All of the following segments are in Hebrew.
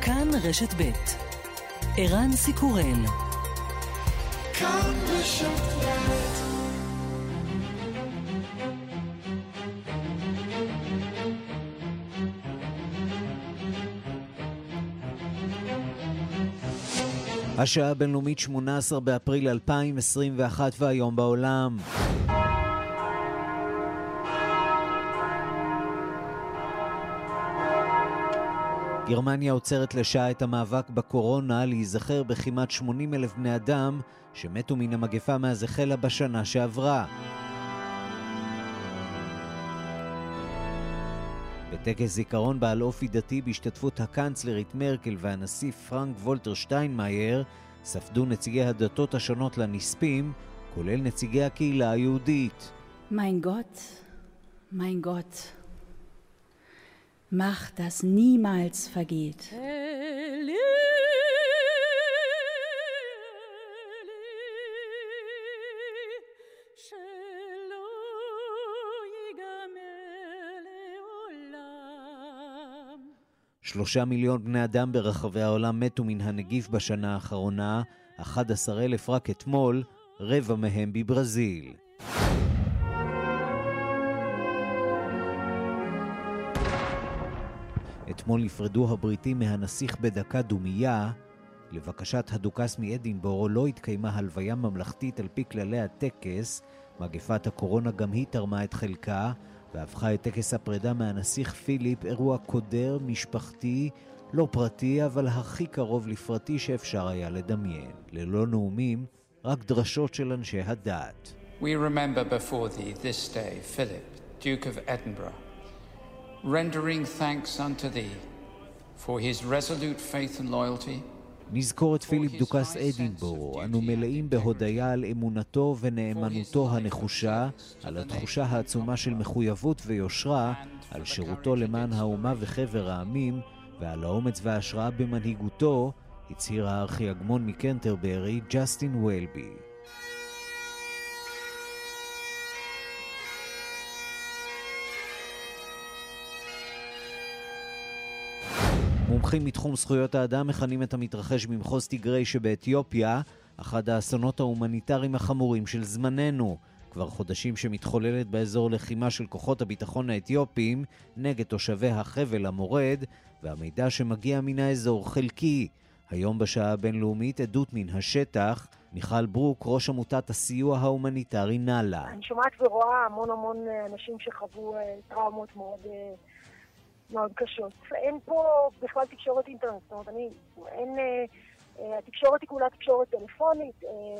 כאן רשת ב' ערן סיקורל. כאן רשת ב'. השעה הבינלאומית 18 באפריל 2021 והיום בעולם. גרמניה עוצרת לשעה את המאבק בקורונה להיזכר בכמעט 80,000 בני אדם שמתו מן המגפה מאז החלה בשנה שעברה. בטקס זיכרון בעל אופי דתי בהשתתפות הקנצלרית מרקל והנשיא פרנק וולטר שטיינמאייר ספדו נציגי הדתות השונות לנספים, כולל נציגי הקהילה היהודית. Mein Gott, mach das niemals vergeht. שלושה מיליון בני אדם ברחבי העולם מתו מן הנגיף בשנה האחרונה, 11,000 רק אתמול, רבע מהם בברזיל. אתמול נפרדו הבריטים מהנסיך בדקה דומייה. לבקשת הדוכס מאדינבורו לא התקיימה הלוויה ממלכתית על פי כללי הטקס. מגפת הקורונה גם היא תרמה את חלקה, והפכה את טקס הפרידה מהנסיך פיליפ אירוע קודר, משפחתי, לא פרטי, אבל הכי קרוב לפרטי שאפשר היה לדמיין. ללא נאומים, רק דרשות של אנשי הדת. We remember before thee this day, Philip, Duke of Edinburgh, rendering thanks unto thee for his resolute faith and loyalty. נזכור את פיליפ דוכס אדינבורו, אנו מלאים בהודיה על אמונתו ונאמנותו הנחושה, על התחושה העצומה של מחויבות ויושרה, על שירותו למען האומה וחבר העמים, ועל האומץ וההשראה במנהיגותו, הצהיר הארכיאגמון מקנטרברי, ג'סטין וילבי. מומחים מתחום זכויות האדם מכנים את המתרחש במחוז טיגרי שבאתיופיה אחד האסונות ההומניטריים החמורים של זמננו. כבר חודשים שמתחוללת באזור לחימה של כוחות הביטחון האתיופיים נגד תושבי החבל המורד, והמידע שמגיע מן האזור חלקי. היום בשעה הבינלאומית עדות מן השטח, מיכל ברוק, ראש עמותת הסיוע ההומניטרי נאלה. אני שומעת ורואה המון אנשים שחוו טראומות מאוד קשות. אין פה בכלל תקשורת אינטרנט, זאת אומרת, התקשורת היא כולה תקשורת טלפונית,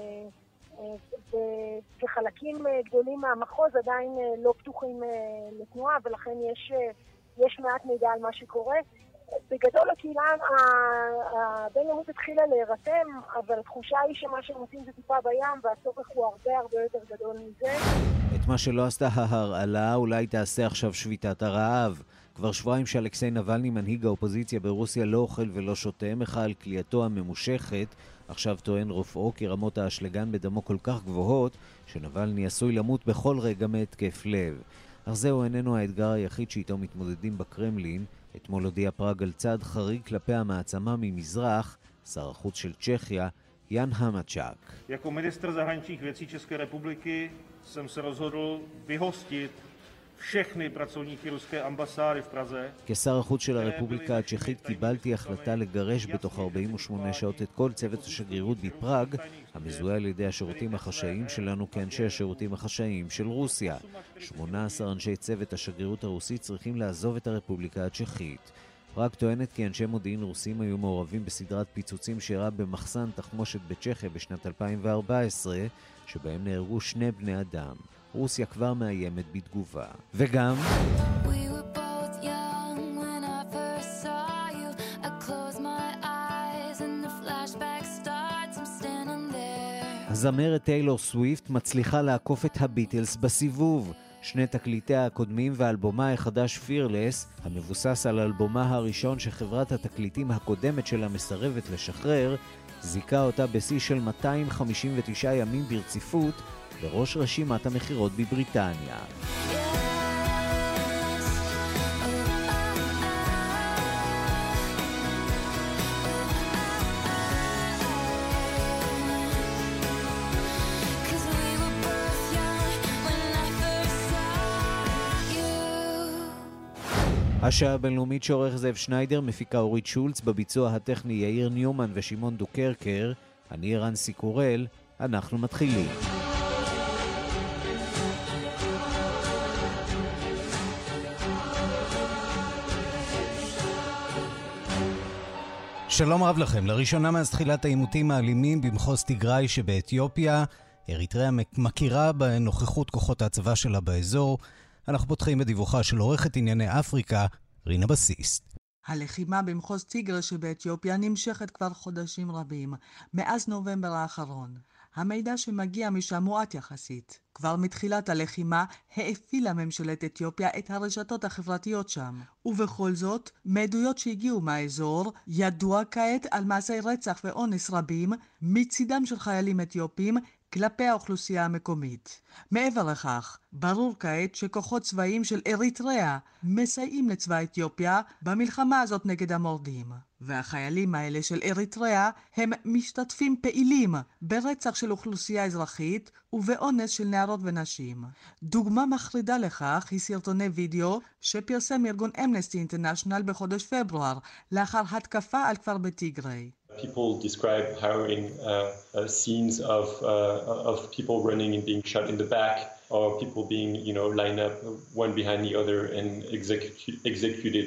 וחלקים גדולים מהמחוז עדיין לא פתוחים לתנועה, ולכן יש מעט מידע על מה שקורה. בגדול הקהילה הבינלאומית התחילה להירתם, אבל התחושה היא שמה שהם עושים זה טיפה בים, והצורך הוא הרבה יותר גדול מזה. את מה שלא עשתה ההרעלה אולי תעשה עכשיו שביתת הרעב. כבר שבועיים שאלכסיי נבלני, מנהיג האופוזיציה ברוסיה, לא אוכל ולא שותה, מחאה על כליאתו הממושכת. עכשיו טוען רופאו כי רמות האשלגן בדמו כל כך גבוהות שנבלני עשוי למות בכל רגע מהתקף לב. אך זהו איננו האתגר היחיד שאיתו מתמודדים בקרמלין. אתמול הודיע פראג על צעד חריג כלפי המעצמה ממזרח, שר החוץ של צ'כיה, Jan Hamáček. Jako ministr zahraničních věcí České republiky jsem se rozhodl vyhostit všechny pracovníky ruské ambasády v Praze. כשר החוץ של הרפובליקה הצ'כית קיבלתי החלטה לגרש בתוך 48 שעות את כל צוות השגרירות בפראג, המזוהה על ידי השירותים החשאיים שלנו כאנשי השירותים החשאיים של רוסיה. 18 אנשי צוות השגרירות הרוסית צריכים לעזוב את הרפובליקה הצ'כית. פראג טוענת כי אנשי מודיעין רוסים היו מעורבים בסדרת פיצוצים שאירעה במחסן תחמושת בצ'כיה בשנת 2014, שבהם נהרגו 2 בני אדם. רוסיה כבר מאיימת בתגובה. וגם הזמרת טיילור סוויפט מצליחה לעקוף את הביטלס בסיבוב. 2 תקליטיה הקודמים ואלבומה החדש פירלס, המבוסס על אלבומה הראשון שחברת התקליטים הקודמת שלה מסרבת לשחרר, זיקה אותה בשיא של 259 ימים ברציפות בראש רשימת המחירות בבריטניה. השעה הבינלאומית שעורך זאב שניידר, מפיקה אורית שולץ, בביצוע הטכני יאיר ניומן ושמעון דוקרקר. אני רנסי קורל, אנחנו מתחילים. שלום רב לכם. לראשונה מאז תחילת העימותים האלימים במחוז תיגראי שבאתיופיה, אריתריאה מכירה בנוכחות כוחות הצבא שלה באזור. אנחנו פותחים בדיווחה של עורכת ענייני אפריקה, רינה בסיסט. הלחימה במחוז תיגראי שבאתיופיה נמשכת כבר חודשים רבים, מאז נובמבר האחרון. המידע שמגיע משם מועט יחסית. כבר מתחילת הלחימה האפילה ממשלת אתיופיה את הרשתות החברתיות שם. ובכל זאת, מעדויות שהגיעו מהאזור, ידוע כעת על מעשי רצח ואונס רבים מצידם של חיילים אתיופים כלפי האוכלוסייה המקומית. מעבר לכך, ברור כעת שכוחות צבאיים של אריתריאה מסייעים לצבא אתיופיה במלחמה הזאת נגד המורדים. והחיילים האלה של אריתריאה הם משתתפים פעילים ברצח של אוכלוסייה אזרחית ובאונס של נערות ונשים. דוגמה מחרידה לכך היא סרטוני וידאו שפרסם ארגון אמנסטי אינטרנשיונל בחודש פברואר לאחר התקפה על כפר בתיגראי. People describe harrowing scenes of people running and being shot in the back, or people being, lined up one behind the other and executed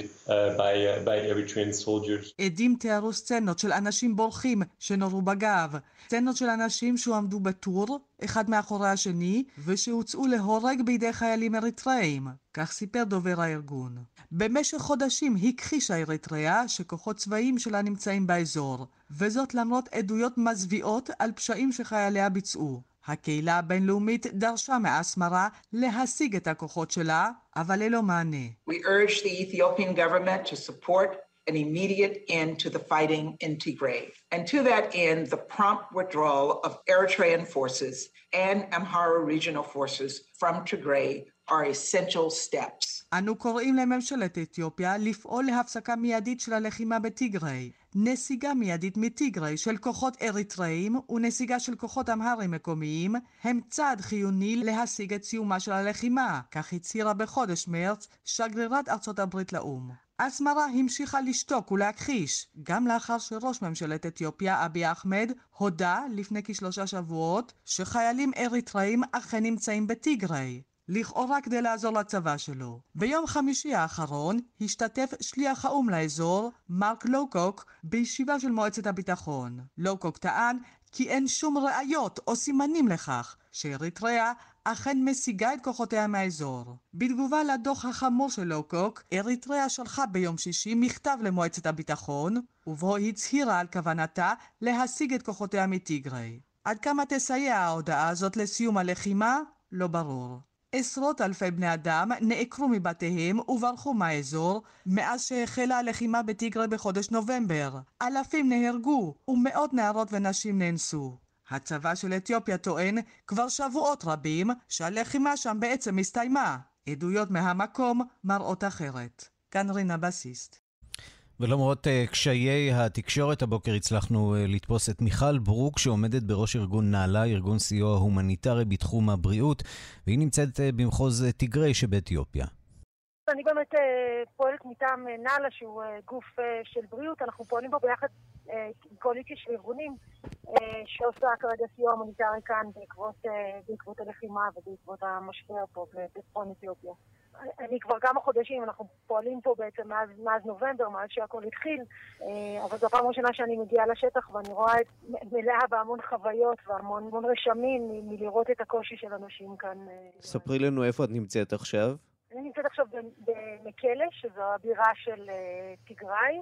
by Eritrean soldiers. עדים תיארו סצנות של אנשים בורחים שנורו בגב, סצנות של אנשים שהועמדו בטור, אחד מאחורי השני, ושהוצאו להורג בידי חיילים אריתריאים, כך סיפר דובר הארגון. במשך חודשים הכחישה אריתריאה שכוחות צבאיים שלה נמצאים באזור, וזאת למרות עדויות מזוויעות על פשעים שחייליה ביצעו. הקהילה הבינלאומית דרשה מאסמרה להשיג את הכוחות שלה, אבל ללא מענה. We urge the Ethiopian government to support an immediate end to the fighting in Tigray. And to that end, the prompt withdrawal of Eritrean forces and Amhara regional forces from Tigray are essential steps. אנו קוראים לממשלת אתיופיה לפעול להפסקה מיידית של הלחימה בתיגראי, נסיגה מיידית מתיגראי של כוחות אריתראיים ונסיגה של כוחות אמהרים מקומיים הם צעד חיוני להשיג את סיומה של הלחימה, כך הצהירה בחודש מרץ שגרירת ארצות הברית לאו"ם. אסמרה המשיכה לשתוק ולהכחיש, גם לאחר שראש ממשלת אתיופיה אבי אחמד הודה לפני כ3 שבועות שחיילים אריתראיים אכן נמצאים בתיגראי, לכאורה כדי לעזור לצבא שלו. ביום חמישי האחרון השתתף שליח האו"ם לאזור, מרק לוקוק, בישיבה של מועצת הביטחון. לוקוק טען כי אין שום ראיות או סימנים לכך שאריתריאה אכן משיגה את כוחותיה מהאזור. בתגובה לדוח החמור של לוקוק, אריתריאה שלחה ביום שישי מכתב למועצת הביטחון, ובו הצהירה על כוונתה להשיג את כוחותיה מתיגראי. עד כמה תסייע ההודעה הזאת לסיום הלחימה? לא ברור. עשרות אלפי בני אדם נעקרו מבתיהם וברחו מהאזור מאז שהחלה הלחימה בתיגראי בחודש נובמבר. אלפים נהרגו ומאות נערות ונשים נאנסו. הצבא של אתיופיה טוען כבר שבועות רבים שהלחימה שם בעצם הסתיימה. עדויות מהמקום מראות אחרת. כאן רינה בסיסט. ולמרות קשיי התקשורת, הבוקר הצלחנו לתפוס את מיכל ברוק, שעומדת בראש ארגון נעלה, ארגון סיוע הומניטרי בתחום הבריאות, והיא נמצאת במחוז תיגראי שבאתיופיה. אני באמת פועלת מטעם נעלה, שהוא גוף של בריאות. אנחנו פועלים בו ביחד קואליציה של ארגונים שעושה כרגע סיוע הומניטרי כאן בעקבות הלחימה ובעקבות המשבר פה בצפון אתיופיה. אני כבר כמה חודשים, אנחנו פועלים פה בעצם מאז נובמבר, מאז שהכל התחיל, אבל זו פעם ראשונה שאני מגיעה לשטח ואני רואה את מלאה בהמון חוויות והמון רשמים מלראות את הקושי של אנשים כאן. ספרי לנו איפה את נמצאת עכשיו. אני נמצאת עכשיו במקלה, שזו הבירה של תיגראי.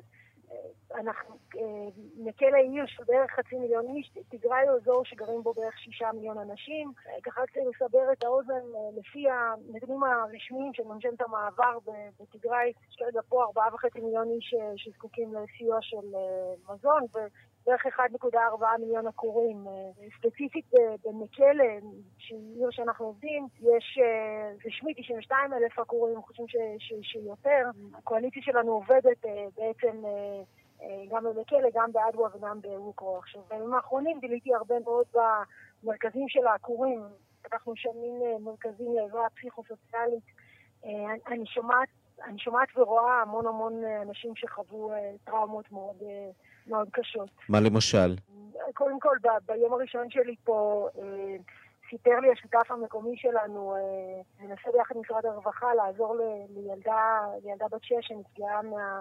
מקלה היא עיר של בערך 500,000 איש. תיגראי הוא אזור שגרים בו בערך 6 מיליון אנשים. ככה כדי לסבר את האוזן, לפי הנתונים הרשמיים של ממשלת המעבר בתיגראי, יש כרגע פה 4.5 מיליון איש שזקוקים לסיוע של מזון, ובערך 1.4 מיליון עקורים. ספציפית במקלה, שהיא עיר שאנחנו עובדים, יש רשמית 92,000 עקורים, חושבים שיותר. הקואליציה שלנו עובדת בעצם גם במקלה, גם באדווה וגם בווקרו. עכשיו, בימים האחרונים גיליתי הרבה מאוד במרכזים של העקורים. פתחנו שם מרכזים לעזרה פסיכוסוציאלית. אני שומעת אני שומעת ורואה המון אנשים שחוו טראומות מאוד קשות. מה למשל? קודם כל, ביום הראשון שלי פה, סיפר לי השותף המקומי שלנו, מנסה ביחד משרד הרווחה לעזור לילדה בת 6 שנפגעה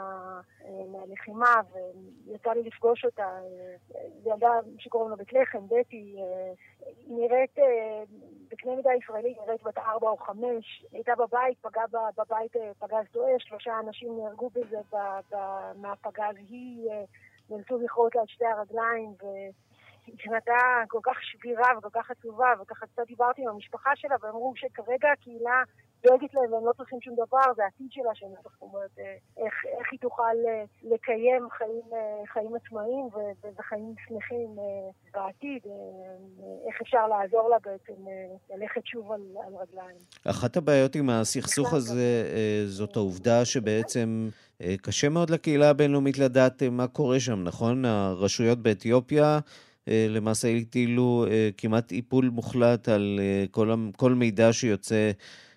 מהלחימה, ויצא לי לפגוש אותה. ילדה שקוראים לה בית לחם, בטי, היא נראית, בקנה מידה ישראלי, נראית בת 4 או 5, הייתה בבית, פגעה בבית פגז דואש, 3 אנשים נהרגו בזה מהפגז, היא נאלצו לכרות לה את שתי הרגליים, היא נהייתה כל כך שבירה וכל כך עצובה, וככה קצת דיברתי עם המשפחה שלה, ואמרו שכרגע הקהילה דואגת להם והם לא צריכים שום דבר, זה העתיד שלה, זאת אומרת, איך היא תוכל לקיים חיים עצמאיים וחיים שמחים בעתיד, איך אפשר לעזור לה בעצם ללכת שוב על רגליים. אחת הבעיות עם הסכסוך הזה זאת העובדה שבעצם קשה מאוד לקהילה הבינלאומית לדעת מה קורה שם, נכון? הרשויות באתיופיה למעשה הטילו כמעט איפול מוחלט על כל מידע שיוצא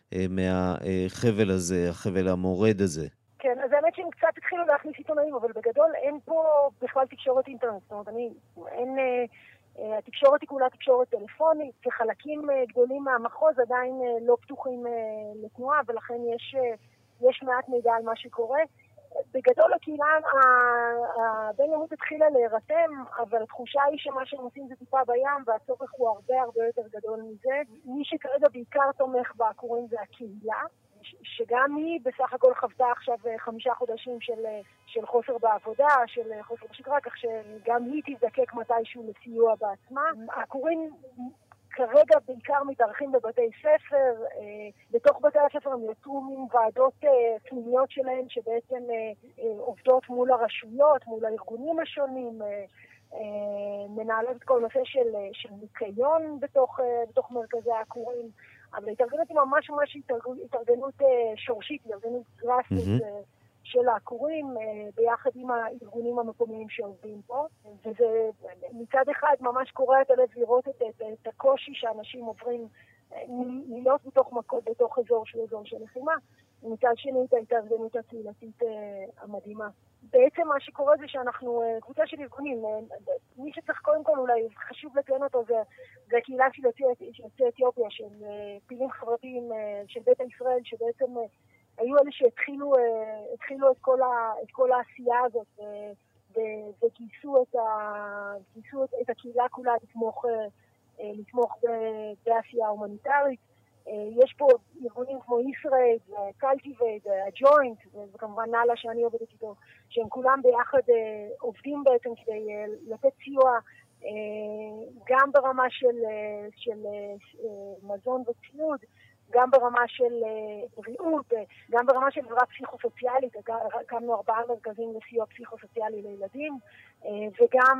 מהחבל הזה, החבל המורד הזה. כן, אז האמת שהם קצת התחילו להכניס עיתונאים, אבל בגדול אין פה בכלל תקשורת אינטרנט. זאת אומרת, התקשורת היא כולה תקשורת טלפונית, כחלקים גדולים מהמחוז עדיין לא פתוחים לתנועה, ולכן יש מעט מידע על מה שקורה. בגדול הקהילה הבינלאומית התחילה להירתם, אבל התחושה היא שמה שהם עושים זה טיפה בים, והצורך הוא הרבה יותר גדול מזה. מי שכרגע בעיקר תומך בעקורים זה הקהילה, שגם היא בסך הכל חוותה עכשיו 5 חודשים של חוסר בעבודה, של חוסר בשגרה, כך שגם היא תזדקק מתישהו לסיוע בעצמה. העקורים כרגע בעיקר מתארחים בבתי ספר, בתוך בתי הספר הם יצאו מין ועדות פנימיות שלהם שבעצם עובדות מול הרשויות, מול הארגונים השונים, מנהלות את כל נושא של ניקיון בתוך מרכזי העקורים, אבל ההתארגנות היא ממש התארגנות שורשית, התארגנות גרפית של העקורים, ביחד עם הארגונים המקומיים שעובדים פה. וזה מצד אחד ממש קורע את הלב לראות את הקושי שאנשים עוברים להיות בתוך אזור של לחימה, ומצד שני את ההתארגנות הקהילתית המדהימה. בעצם מה שקורה זה שאנחנו קבוצה של ארגונים, מי שצריך קודם כל אולי חשוב לציין אותו זה הקהילה של יוצאי אתיופיה, של פעילים חברתיים של ביתא ישראל, שבעצם היו אלה שהתחילו את כל העשייה הזאת וגייסו את הקהילה כולה לתמוך בעשייה הומניטרית. יש פה ארגונים כמו ישראל, קלטיבייט, הג'וינט, וכמובן נאלה שאני עובדת איתו, שהם כולם ביחד עובדים בעצם כדי לתת סיוע גם ברמה של מזון וציוד, גם ברמה של בריאות, גם ברמה של עזרה פסיכוסוציאלית, הקמנו 4 מרכזים לסיוע פסיכוסוציאלי לילדים, וגם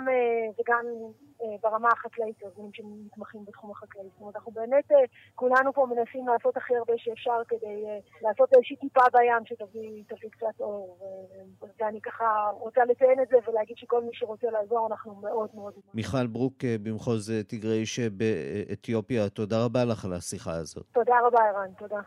ברמה החקלאית, ארגונים שמתמחים בתחום החקלאי. זאת אומרת, אנחנו באמת כולנו פה מנסים לעשות הכי הרבה שאפשר כדי לעשות איזושהי טיפה בים שתביא קצת אור, ואני ככה רוצה לציין את זה ולהגיד שכל מי שרוצה לעזור אנחנו מאוד מאוד... מיכל ברוק במחוז תיגראי שבאתיופיה, תודה רבה לך על השיחה הזאת. תודה רבה ערן, תודה.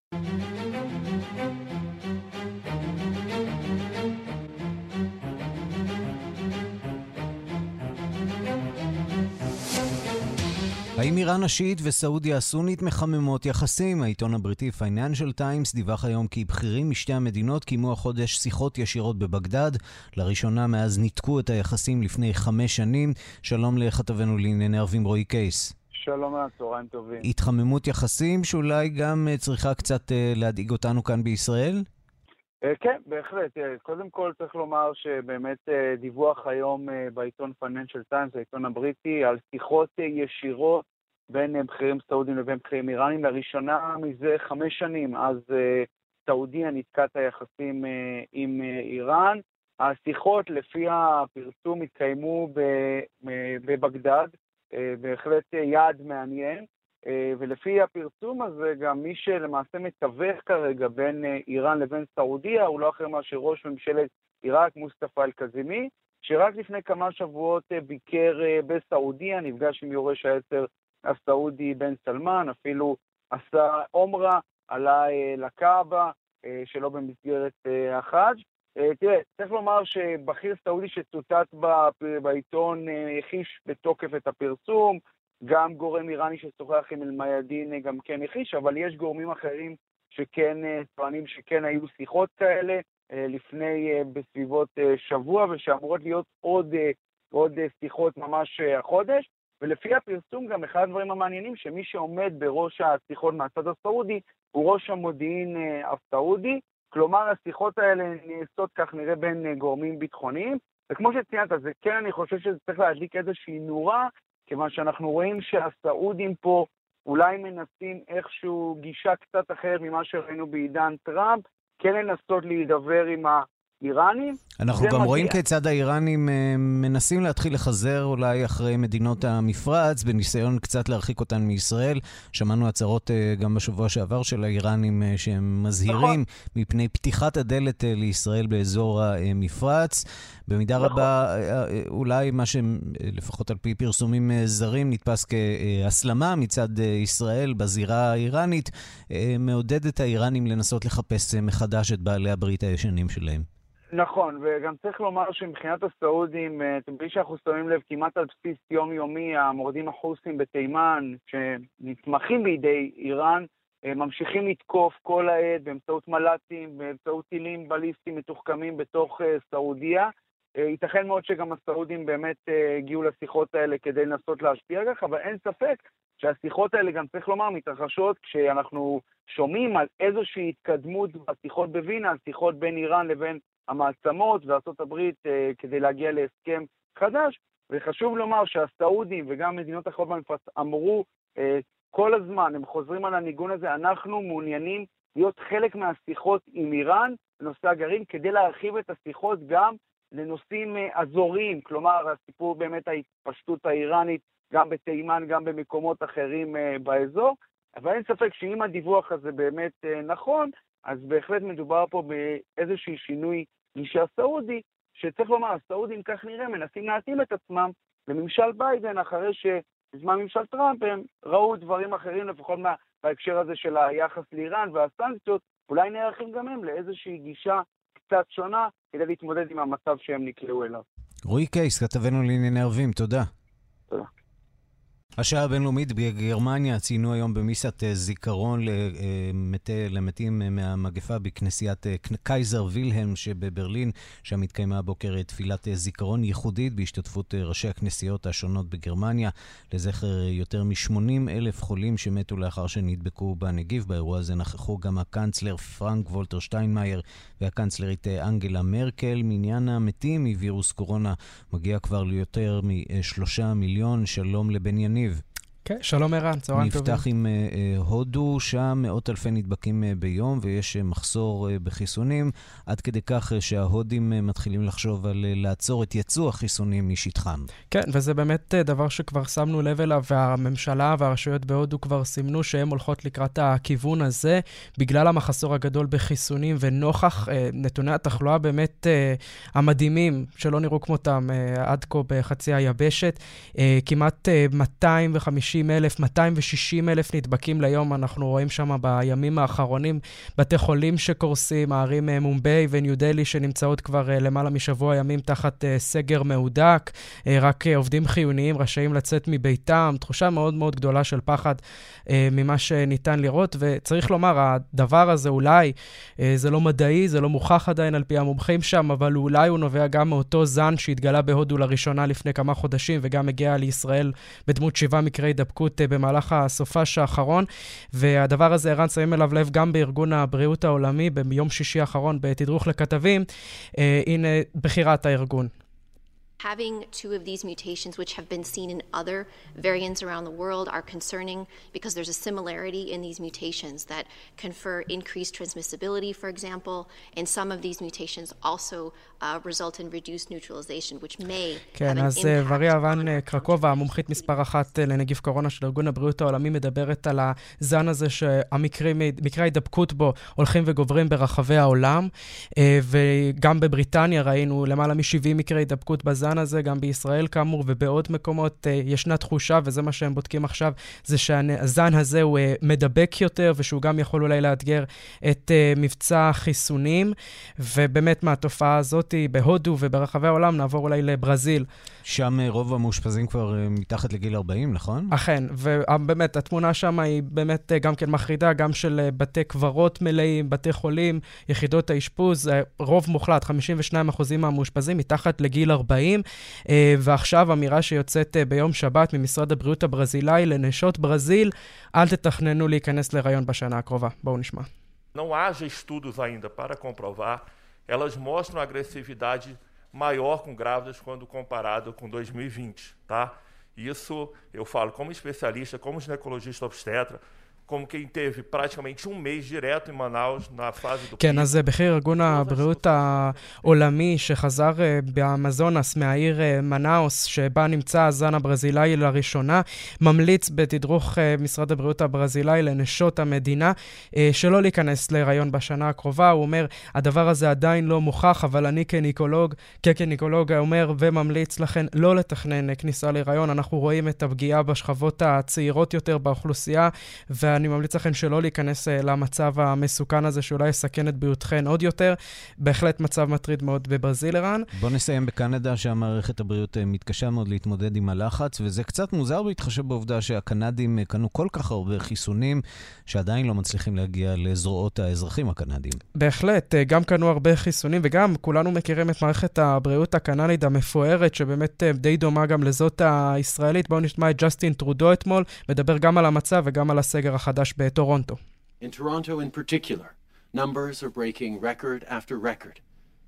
האם איראן השיעית וסעודיה הסונית מחממות יחסים? העיתון הבריטי פייננשל טיימס דיווח היום כי בכירים משתי המדינות קיימו החודש שיחות ישירות בבגדד. לראשונה מאז ניתקו את היחסים לפני 5 שנים. שלום לכתבנו לענייני ערבים רועי קייס. שלום, צהריים טובים. התחממות יחסים שאולי גם צריכה קצת להדאיג אותנו כאן בישראל? כן, בהחלט. קודם כל צריך לומר שבאמת דיווח היום בעיתון פייננשל טיימס, העיתון הבריטי, על שיחות ישירות בין בכירים סעודים לבין בכירים איראנים, לראשונה מזה 5 שנים, אז סעודיה ניתקה את היחסים עם איראן. השיחות לפי הפרסום התקיימו בבגדד, בהחלט יעד מעניין. ולפי הפרסום הזה, גם מי שלמעשה מתווך כרגע בין איראן לבין סעודיה, הוא לא אחר מאשר ראש ממשלת עיראק, מוסטפא אל-קזימי, שרק לפני כמה שבועות ביקר בסעודיה, נפגש עם יורש העצר הסעודי בן סלמן, אפילו עשה עומרה, עלה לקאבה, שלא במסגרת החאג'. תראה, צריך לומר שבכיר סעודי שצוטט בעיתון הכחיש בתוקף את הפרסום, גם גורם איראני ששוחח עם אל-מיאדין גם כן הכחיש, אבל יש גורמים אחרים שכן טוענים שכן היו שיחות כאלה לפני בסביבות שבוע, ושאמורות להיות עוד שיחות ממש החודש, ולפי הפרסום גם אחד הדברים המעניינים שמי שעומד בראש השיחות מהצד הסעודי הוא ראש המודיעין הסעודי, כלומר השיחות האלה נעשות כך נראה בין גורמים ביטחוניים, וכמו שציינת, זה כן אני חושב שזה צריך להדליק איזושהי נורה, כיוון שאנחנו רואים שהסעודים פה אולי מנסים איכשהו גישה קצת אחרת ממה שראינו בעידן טראמפ, כן לנסות להידבר עם האיראנים. אנחנו גם רואים כיצד האיראנים מנסים להתחיל לחזר אולי אחרי מדינות המפרץ, בניסיון קצת להרחיק אותן מישראל. שמענו הצהרות גם בשבוע שעבר של האיראנים שהם מזהירים מפני פתיחת הדלת לישראל באזור המפרץ. במידה רבה אולי מה שלפחות על פי פרסומים זרים נתפס כהסלמה מצד ישראל בזירה האיראנית, מעודד את האיראנים לנסות לחפש מחדש את בעלי הברית הישנים שלהם. נכון, וגם צריך לומר שמבחינת הסעודים, בלי שאנחנו שמים לב, כמעט על בסיס יומיומי, המורדים החוסים בתימן, שנתמכים בידי איראן, ממשיכים לתקוף כל העת באמצעות מל"טים, באמצעות טילים בליסטיים מתוחכמים בתוך סעודיה. ייתכן מאוד שגם הסעודים באמת הגיעו לשיחות האלה כדי לנסות להשפיע כך, אבל אין ספק שהשיחות האלה גם צריך לומר מתרחשות כשאנחנו שומעים על איזושהי התקדמות בשיחות בווינה, על שיחות בין איראן לבין המעצמות וארצות הברית כדי להגיע להסכם חדש, וחשוב לומר שהסעודים וגם מדינות אחרות במפרץ אמרו כל הזמן, הם חוזרים על הניגון הזה, אנחנו מעוניינים להיות חלק מהשיחות עם איראן בנושא הגרעין, כדי להרחיב את השיחות גם לנושאים אזוריים, כלומר הסיפור באמת ההתפשטות האיראנית גם בתימן, גם במקומות אחרים באזור, אבל אין ספק שאם הדיווח הזה באמת נכון, אז בהחלט מדובר פה באיזשהו שינוי גישה סעודי, שצריך לומר, הסעודים כך נראה מנסים להתאים את עצמם לממשל ביידן, אחרי שבזמן ממשל טראמפ הם ראו דברים אחרים, לפחות בהקשר הזה של היחס לאיראן והסנקציות, אולי נערכים גם הם לאיזושהי גישה קצת שונה, כדי להתמודד עם המצב שהם נקלעו אליו. רועי קייס, כתבנו לענייני ערבים, תודה. תודה. השעה הבינלאומית בגרמניה ציינו היום במיסת זיכרון למתים מהמגפה בכנסיית קייזר וילהלם שבברלין, שם התקיימה הבוקר תפילת זיכרון ייחודית בהשתתפות ראשי הכנסיות השונות בגרמניה, לזכר יותר מ-80,000 חולים שמתו לאחר שנדבקו בנגיף. באירוע הזה נכחו גם הקנצלר פרנק וולטר שטיינמאייר והקנצלרית אנגלה מרקל. מניין המתים מווירוס קורונה מגיע כבר ליותר מ3 מיליון. שלום לבן יניב. כן, שלום ערן, צהריים טובים. נפתח עם הודו, שם מאות אלפי נדבקים ביום ויש מחסור בחיסונים, עד כדי כך שההודים מתחילים לחשוב על לעצור את יצוא החיסונים משטחם. כן, וזה באמת דבר שכבר שמנו לב אליו, והממשלה והרשויות בהודו כבר סימנו שהן הולכות לקראת הכיוון הזה, בגלל המחסור הגדול בחיסונים, ונוכח נתוני התחלואה באמת המדהימים, שלא נראו כמותם עד כה בחצי היבשת, כמעט 250,000 נדבקים ליום, אנחנו רואים שם בימים האחרונים, בתי חולים שקורסים, הערים מומביי וניו דלי שנמצאות כבר למעלה משבוע ימים תחת סגר מהודק, רק עובדים חיוניים רשאים לצאת מביתם, תחושה מאוד מאוד גדולה של פחד ממה שניתן לראות, וצריך לומר, הדבר הזה אולי, זה לא מדעי, זה לא מוכח עדיין על פי המומחים שם, אבל אולי הוא נובע גם מאותו זן שהתגלה בהודו לראשונה לפני כמה חודשים, וגם הגיע לישראל בדמות 7 מקרי דבקות במהלך הסופש האחרון, והדבר הזה ערן שמים אליו לב גם בארגון הבריאות העולמי, ביום שישי האחרון בתדרוך לכתבים. הנה בחירת הארגון. Having two of these mutations, which have been seen in other variants around the world, are concerning because there's a similarity in these mutations that confer increased transmissibility, for example, and some of these mutations also result in reduced neutralization, which may כן, אז וריה ון קרקובה, המומחית מספר 1 לנגיף קורונה של ארגון הבריאות העולמי, מדברת על הזן הזה שהמקרי ההידבקות בו הולכים וגוברים ברחבי העולם, וגם בבריטניה ראינו למעלה מ-70 מקרי הידבקות בזן הזן הזה, גם בישראל כאמור ובעוד מקומות ישנה תחושה, וזה מה שהם בודקים עכשיו, זה שהזן הזה הוא מדבק יותר, ושהוא גם יכול אולי לאתגר את מבצע החיסונים, ובאמת מהתופעה הזאת בהודו וברחבי העולם נעבור אולי לברזיל. שם רוב המאושפזים כבר מתחת לגיל 40, נכון? אכן, ובאמת התמונה שם היא באמת גם כן מחרידה, גם של בתי קברות מלאים, בתי חולים, יחידות האשפוז, רוב מוחלט, 52% מהמאושפזים מתחת לגיל 40, ועכשיו אמירה שיוצאת ביום שבת ממשרד הבריאות הברזילאי לנשות ברזיל, אל תתכננו להיכנס להיריון בשנה הקרובה. בואו נשמע. Não haja estudos ainda para comprovar, elas mostram agressividade maior com grávidas quando comparado com 2020, tá? Isso eu falo como especialista, como ginecologista obstetra, como quem teve praticamente mês direto em Manaus na fase do... כן, אז בכיר ארגון הבריאות העולמי שחזר באמזונס מהעיר מנאוס, שבה נמצא הזן הברזילאי לראשונה, ממליץ בתדרוך משרד הבריאות הברזילאי לנשות המדינה שלא להיכנס להיריון בשנה הקרובה. הוא אומר, הדבר הזה עדיין לא מוכח, אבל אני כגינקולוג אומר וממליץ לכן לא לתכנן כניסה להיריון. אנחנו רואים את הפגיעה בשכבות הצעירות יותר באוכלוסייה, ואני ממליץ לכם שלא להיכנס למצב המסוכן הזה, שאולי יסכן את בריאותכן עוד יותר. בהחלט מצב מטריד מאוד בברזיל, ערן. בוא נסיים בקנדה, שהמערכת הבריאות מתקשה מאוד להתמודד עם הלחץ, וזה קצת מוזר בהתחשב בעובדה שהקנדים קנו כל כך הרבה חיסונים, שעדיין לא מצליחים להגיע לזרועות האזרחים הקנדים. בהחלט, גם קנו הרבה חיסונים, וגם כולנו מכירים את מערכת הבריאות הקנדית המפוארת, שבאמת די דומה גם לזאת הישראלית. בואו נשמע את ג'סטין טרודו אתמול, מדבר גם על המצב וגם על הסגר החדש בטורונטו. In Toronto in particular, numbers are breaking record after record,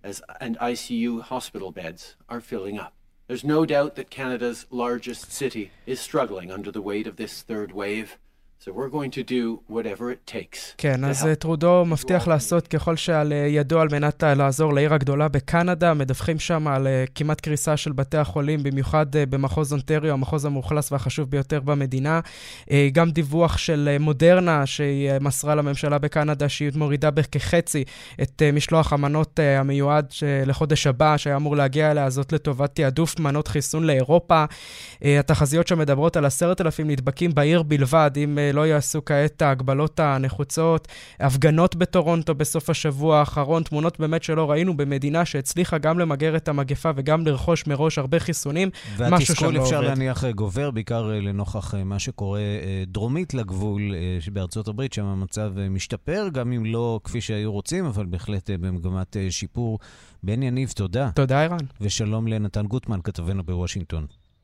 and ICU hospital beds are filling up. There's no doubt that Canada's largest city is struggling under the weight of this third wave. So we're going to do whatever it takes. כן, אז טרודו מבטיח לעשות ככל שעל ידו על מנת לעזור לעיר הגדולה בקנדה. מדווחים שם על כמעט קריסה של בתי החולים, במיוחד במחוז אונטריו, המחוז המאוכלס והחשוב ביותר במדינה. גם דיווח של מודרנה, שהיא מסרה לממשלה בקנדה, שהיא מורידה בכחצי את משלוח המנות המיועד לחודש הבא, שהיה אמור להגיע אליה, זאת לטובת תיעדוף מנות חיסון לאירופה. התחזיות שמדברות על 10,000 נדבקים בעיר בלבד, אם לא יעשו כעת ההגבלות הנחוצות. הפגנות בטורונטו בסוף השבוע האחרון, תמונות באמת שלא ראינו במדינה שהצליחה גם למגר את המגפה וגם לרכוש מראש הרבה חיסונים. והתסכול אפשר להניח גובר, בעיקר לנוכח מה שקורה דרומית לגבול בארצות הברית, שם המצב משתפר, גם אם לא כפי שהיו רוצים, אבל בהחלט במגמת שיפור. בן יניב, תודה. תודה, ערן. ושלום לנתן גוטמן, כתבנו בוושינגטון.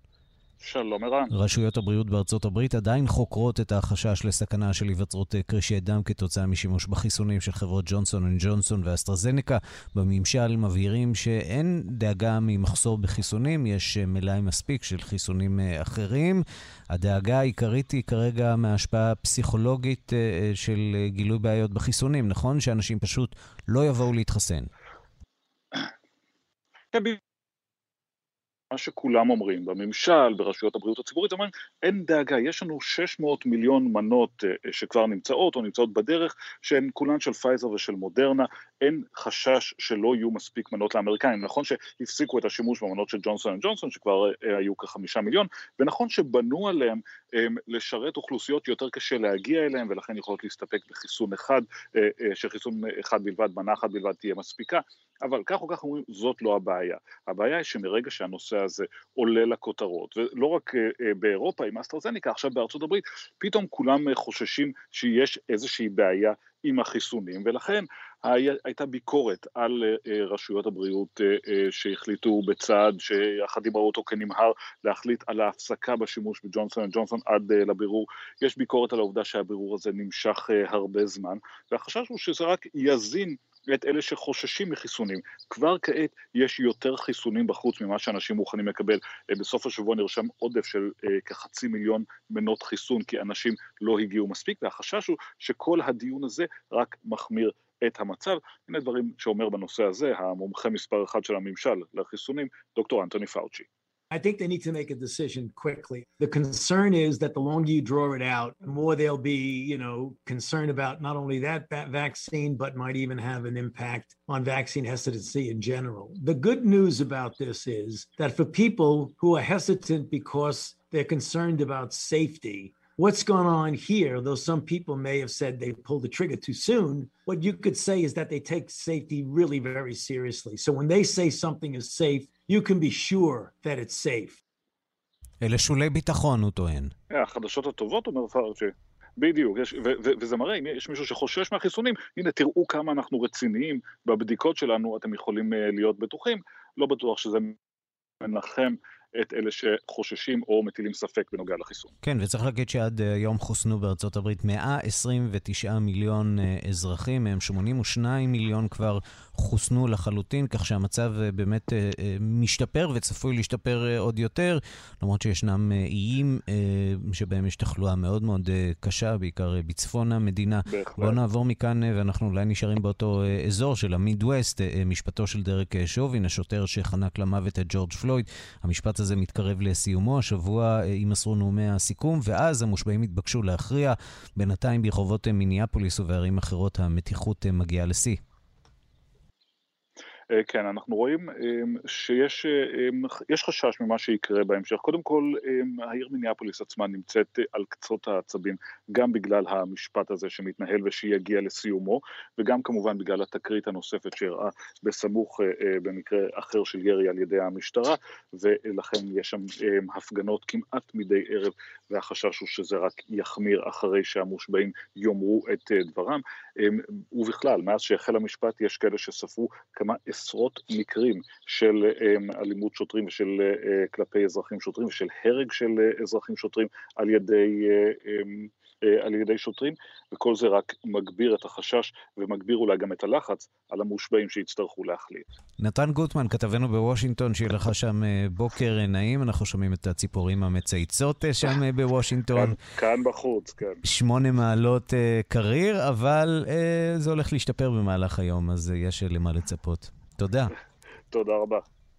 שלום ערן. רשויות הבריאות בארצות הברית עדיין חוקרות את החשש לסכנה של היווצרות קרישי דם כתוצאה משימוש בחיסונים של חברות ג'ונסון אנד ג'ונסון ואסטרזניקה. בממשל מבהירים שאין דאגה ממחסור בחיסונים, יש מלאי מספיק של חיסונים אחרים. הדאגה העיקרית היא כרגע מההשפעה הפסיכולוגית של גילוי בעיות בחיסונים. נכון שאנשים פשוט לא יבואו להתחסן? מה שכולם אומרים, בממשל, ברשויות הבריאות הציבורית, אומרים, אין דאגה, יש לנו 600 מיליון מנות שכבר נמצאות או נמצאות בדרך, שהן כולן של פייזר ושל מודרנה, אין חשש שלא יהיו מספיק מנות לאמריקאים. נכון שהפסיקו את השימוש במנות של ג'ונסון אנד ג'ונסון, שכבר היו כ5 מיליון, ונכון שבנו עליהם לשרת אוכלוסיות יותר קשה להגיע אליהם, ולכן יכולות להסתפק בחיסון אחד, שחיסון אחד בלבד, מנה אחת בלבד תהיה מספיקה, אבל כך או כך אומרים, זאת לא הבעיה. הבעיה היא שמרגע שהנושא הזה עולה לכותרות, ולא רק באירופה עם אסטרזניקה, עכשיו בארצות הברית, פתאום כולם חוששים שיש איזושהי בעיה עם החיסונים, ולכן הייתה ביקורת על רשויות הבריאות שהחליטו בצעד שאחד דיברו אותו כנמהר להחליט על ההפסקה בשימוש בג'ונסון אנד ג'ונסון עד לבירור. יש ביקורת על העובדה שהבירור הזה נמשך הרבה זמן, והחשש הוא שזה רק יזין את אלה שחוששים מחיסונים. כבר כעת יש יותר חיסונים בחוץ ממה שאנשים מוכנים לקבל. בסוף השבוע נרשם עודף של כ500,000 מנות חיסון, כי אנשים לא הגיעו מספיק, והחשש הוא שכל הדיון הזה רק מחמיר את המצב. הנה דברים שאומר בנושא הזה המומחה מספר אחד של הממשל לחיסונים, דוקטור אנטוני פאוצ'י. I think they need to make a decision quickly. The concern is that the longer you draw it out, the more they'll be, concerned about not only that vaccine, but might even have an impact on vaccine hesitancy in general. The good news about this is that for people who are hesitant because they're concerned about safety, what's going on here, though some people may have said they pulled the trigger too soon, what you could say is that they take safety really very seriously. So when they say something is safe, you can be sure that it's safe. אלה שולי ביטחון, הוא טוען. החדשות הטובות, אומר פאוצ'י, בדיוק, וזה מראה, אם יש מישהו שחושש מהחיסונים, הנה תראו כמה אנחנו רציניים בבדיקות שלנו, אתם יכולים להיות בטוחים, לא בטוח שזה מנחם את אלה שחוששים או מטילים ספק בנוגע לחיסון. כן, וצריך להגיד שעד היום חוסנו בארצות הברית 129 מיליון אזרחים, מהם 82 מיליון כבר חוסנו לחלוטין, כך שהמצב באמת משתפר וצפוי להשתפר עוד יותר, למרות שישנם איים שבהם יש תחלואה מאוד מאוד קשה, בעיקר בצפון המדינה. בואו נעבור מכאן, ואנחנו אולי נשארים באותו אזור של המידווסט, משפטו של דרק שובין, השוטר שחנק למוות את ג'ורג' פלויד. המשפט הזה מתקרב לסיומו, השבוע יימסרו נאומי הסיכום, ואז המושבעים התבקשו להכריע. בינתיים ברחובות מיניאפוליס ובערים אחרות המתיחות מגיעה לשיא. כן, אנחנו רואים שיש חשש ממה שיקרה בהמשך. קודם כל, העיר מיניאפוליס עצמה נמצאת על קצות העצבים, גם בגלל המשפט הזה שמתנהל ושיגיע לסיומו, וגם כמובן בגלל התקרית הנוספת שהראה בסמוך במקרה אחר של ירי על ידי המשטרה, ולכן יש שם הפגנות כמעט מדי ערב, והחשש הוא שזה רק יחמיר אחרי שהמושבעים יאמרו את דברם. ובכלל, מאז שהחל המשפט יש כאלה שספרו כמה עשרות מקרים של אלימות שוטרים ושל כלפי אזרחים שוטרים ושל הרג של אזרחים שוטרים על ידי שוטרים, וכל זה רק מגביר את החשש ומגביר אולי גם את הלחץ על המושבעים שיצטרכו להחליט. נתן גוטמן, כתבנו בוושינגטון, שיהיה לך שם בוקר נעים, אנחנו שומעים את הציפורים המצייצות שם בוושינגטון. כאן בחוץ, כן. 8 מעלות קריר, אבל זה הולך להשתפר במהלך היום, אז יש למה לצפות. תודה. תודה רבה.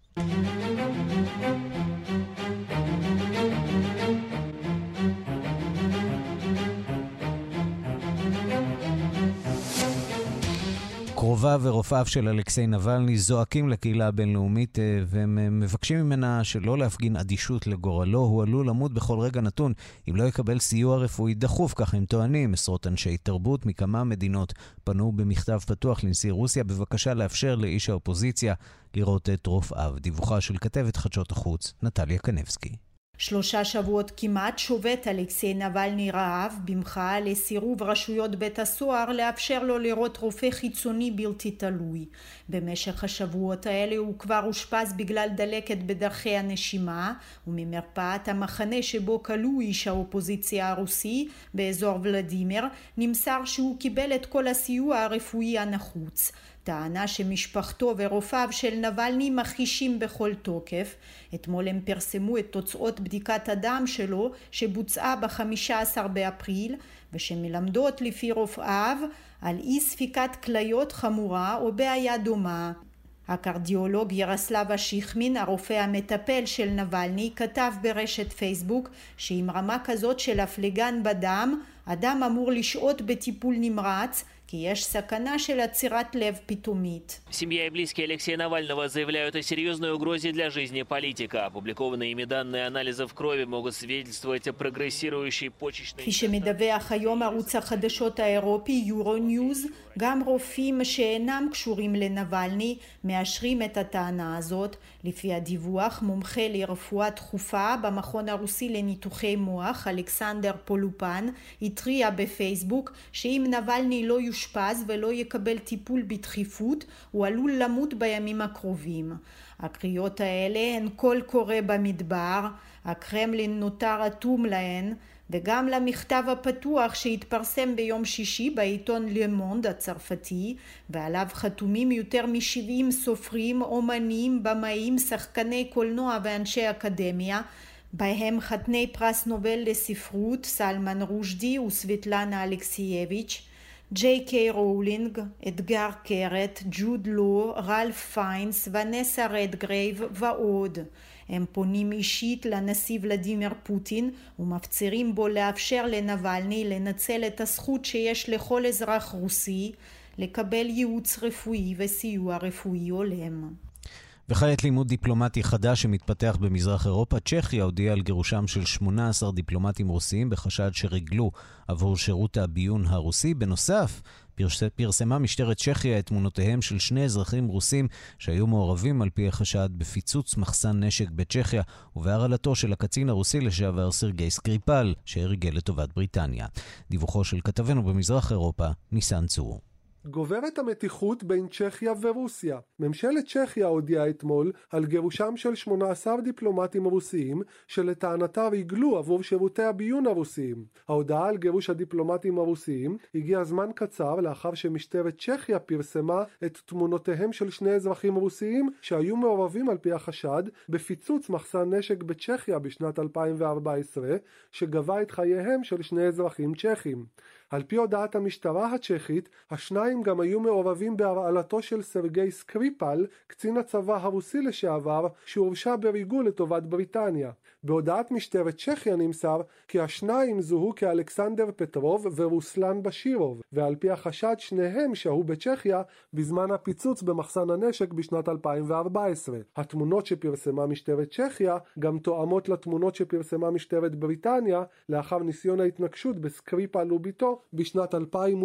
קרוביו ורופאיו של אלכסיי נבלני זועקים לקהילה הבינלאומית והם מבקשים ממנה שלא להפגין אדישות לגורלו. הוא עלול למות בכל רגע נתון אם לא יקבל סיוע רפואי דחוף, כך הם טוענים. עשרות אנשי תרבות מכמה מדינות פנו במכתב פתוח לנשיא רוסיה בבקשה לאפשר לאיש האופוזיציה לראות את רופאיו. דיווחה של כתבת חדשות החוץ נטליה קנבסקי. 3 שבועות כמעט שובת אלכסיי נבלני רעב במחאה לסירוב רשויות בית הסוהר לאפשר לו לראות רופא חיצוני בלתי תלוי. במשך השבועות האלה הוא כבר אושפז בגלל דלקת בדרכי הנשימה, וממרפאת המחנה שבו כלוא איש האופוזיציה הרוסי באזור ולדימיר נמסר שהוא קיבל את כל הסיוע הרפואי הנחוץ. טענה שמשפחתו ורופאיו של נבלני מכחישים בכל תוקף. אתמול הם פרסמו את תוצאות בדיקת הדם שלו שבוצעה ב-15 באפריל ושמלמדות לפי רופאיו על אי ספיקת כליות חמורה או בעיה דומה. הקרדיולוג ירוסלב אשיחמין, הרופא המטפל של נבלני, כתב ברשת פייסבוק שעם רמה כזאת של הפלגן בדם, אדם אמור לשהות בטיפול נמרץ, כי יש סכנה של עצירת לב פתאומית. Семья и близкие Алексея Навального заявляют о серьезной угрозе для жизни политика. Опубликованные ими данные анализов крови могут свидетельствовать о прогрессирующей почечной... כפי שמדווח היום ערוץ החדשות האירופי יורוניוז, גם רופאים שאינם קשורים לנבלני מאשרים את הטענה הזאת. לפי הדיווח, מומחה לרפואה דחופה במכון הרוסי לניתוחי מוח, אלכסנדר פולופן, התריע בפייסבוק שאם נבלני לא יושפז ולא יקבל טיפול בדחיפות, הוא עלול למות בימים הקרובים. הקריאות האלה הן קול קורא במדבר, הקרמלין נותר אטום להן, וגם למכתב הפתוח שהתפרסם ביום שישי בעיתון למונד הצרפתי, ועליו חתומים יותר מ-70 סופרים, אומנים, במאים, שחקני קולנוע ואנשי אקדמיה, בהם חתני פרס נובל לספרות סלמן רושדי וסווטלנה אלכסייביץ'. ג'יי קיי רולינג, אדגר קרת, ג'וד לו, רלף פיינס, ונסה רדגרייב ועוד. הם פונים אישית לנשיא ולדימיר פוטין ומפצירים בו לאפשר לנבלני לנצל את הזכות שיש לכל אזרח רוסי לקבל ייעוץ רפואי וסיוע רפואי הולם. וכעת לימוד דיפלומטי חדש שמתפתח במזרח אירופה. צ'כיה הודיעה על גירושם של 18 דיפלומטים רוסיים בחשד שרגלו עבור שירות הביון הרוסי. בנוסף, פרסמה משטרת צ'כיה את תמונותיהם של 2 אזרחים רוסים שהיו מעורבים על פי החשד בפיצוץ מחסן נשק בצ'כיה ובהרעלתו של הקצין הרוסי לשעבר סרגי סקריפל שהרגל לטובת בריטניה. דיווחו של כתבנו במזרח אירופה, ניסן צור. גוברת המתיחות בין צ'כיה ורוסיה. ממשלת צ'כיה הודיעה אתמול על גירושם של 18 דיפלומטים רוסיים שלטענתה ריגלו עבור שירותי הביון הרוסיים. ההודעה על גירוש הדיפלומטים הרוסיים הגיעה זמן קצר לאחר שמשטרת צ'כיה פרסמה את תמונותיהם של 2 אזרחים רוסיים שהיו מעורבים על פי החשד בפיצוץ מחסן נשק בצ'כיה בשנת 2014 שגבה את חייהם של 2 אזרחים צ'כים. על פי הודעת המשטרה הצ'כית, השניים גם היו מעורבים בהרעלתו של סרגי סקריפל, קצין הצבא הרוסי לשעבר, שהורשע בריגול לטובת בריטניה. בהודעת משטרת צ'כיה נמסר כי השניים זוהו כאלכסנדר פטרוב ורוסלן בשירוב, ועל פי החשד שניהם שהו בצ'כיה בזמן הפיצוץ במחסן הנשק בשנת 2014. התמונות שפרסמה משטרת צ'כיה גם תואמות לתמונות שפרסמה משטרת בריטניה לאחר ניסיון ההתנקשות בסקריפל וביתו בשנת